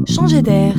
Changer d'air.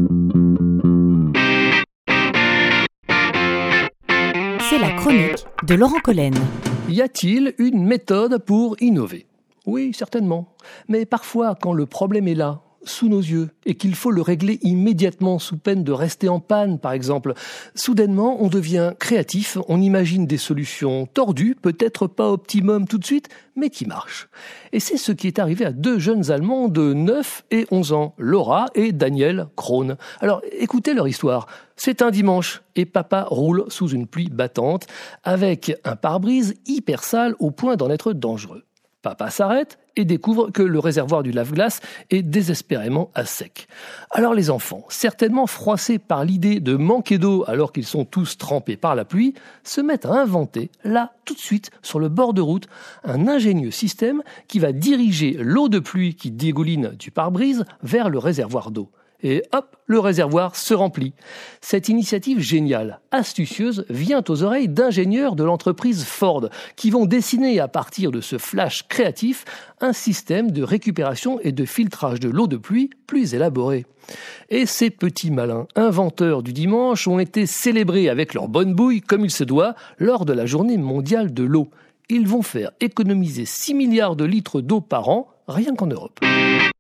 C'est la chronique de Laurent Collen. Y a-t-il une méthode pour innover ? Oui, certainement. Mais parfois, quand le problème est là, sous nos yeux, et qu'il faut le régler immédiatement sous peine de rester en panne, par exemple, soudainement, on devient créatif, on imagine des solutions tordues, peut-être pas optimum tout de suite, mais qui marchent. Et c'est ce qui est arrivé à deux jeunes Allemands de 9 et 11 ans, Laura et Daniel Krohn. Alors, écoutez leur histoire. C'est un dimanche, et papa roule sous une pluie battante, avec un pare-brise hyper sale au point d'en être dangereux. Papa s'arrête et découvre que le réservoir du lave-glace est désespérément à sec. Alors les enfants, certainement froissés par l'idée de manquer d'eau alors qu'ils sont tous trempés par la pluie, se mettent à inventer, là, tout de suite, sur le bord de route, un ingénieux système qui va diriger l'eau de pluie qui dégouline du pare-brise vers le réservoir d'eau. Et hop, le réservoir se remplit. Cette initiative géniale, astucieuse, vient aux oreilles d'ingénieurs de l'entreprise Ford qui vont dessiner à partir de ce flash créatif un système de récupération et de filtrage de l'eau de pluie plus élaboré. Et ces petits malins inventeurs du dimanche ont été célébrés avec leur bonne bouille comme il se doit lors de la journée mondiale de l'eau. Ils vont faire économiser 6 milliards de litres d'eau par an, rien qu'en Europe.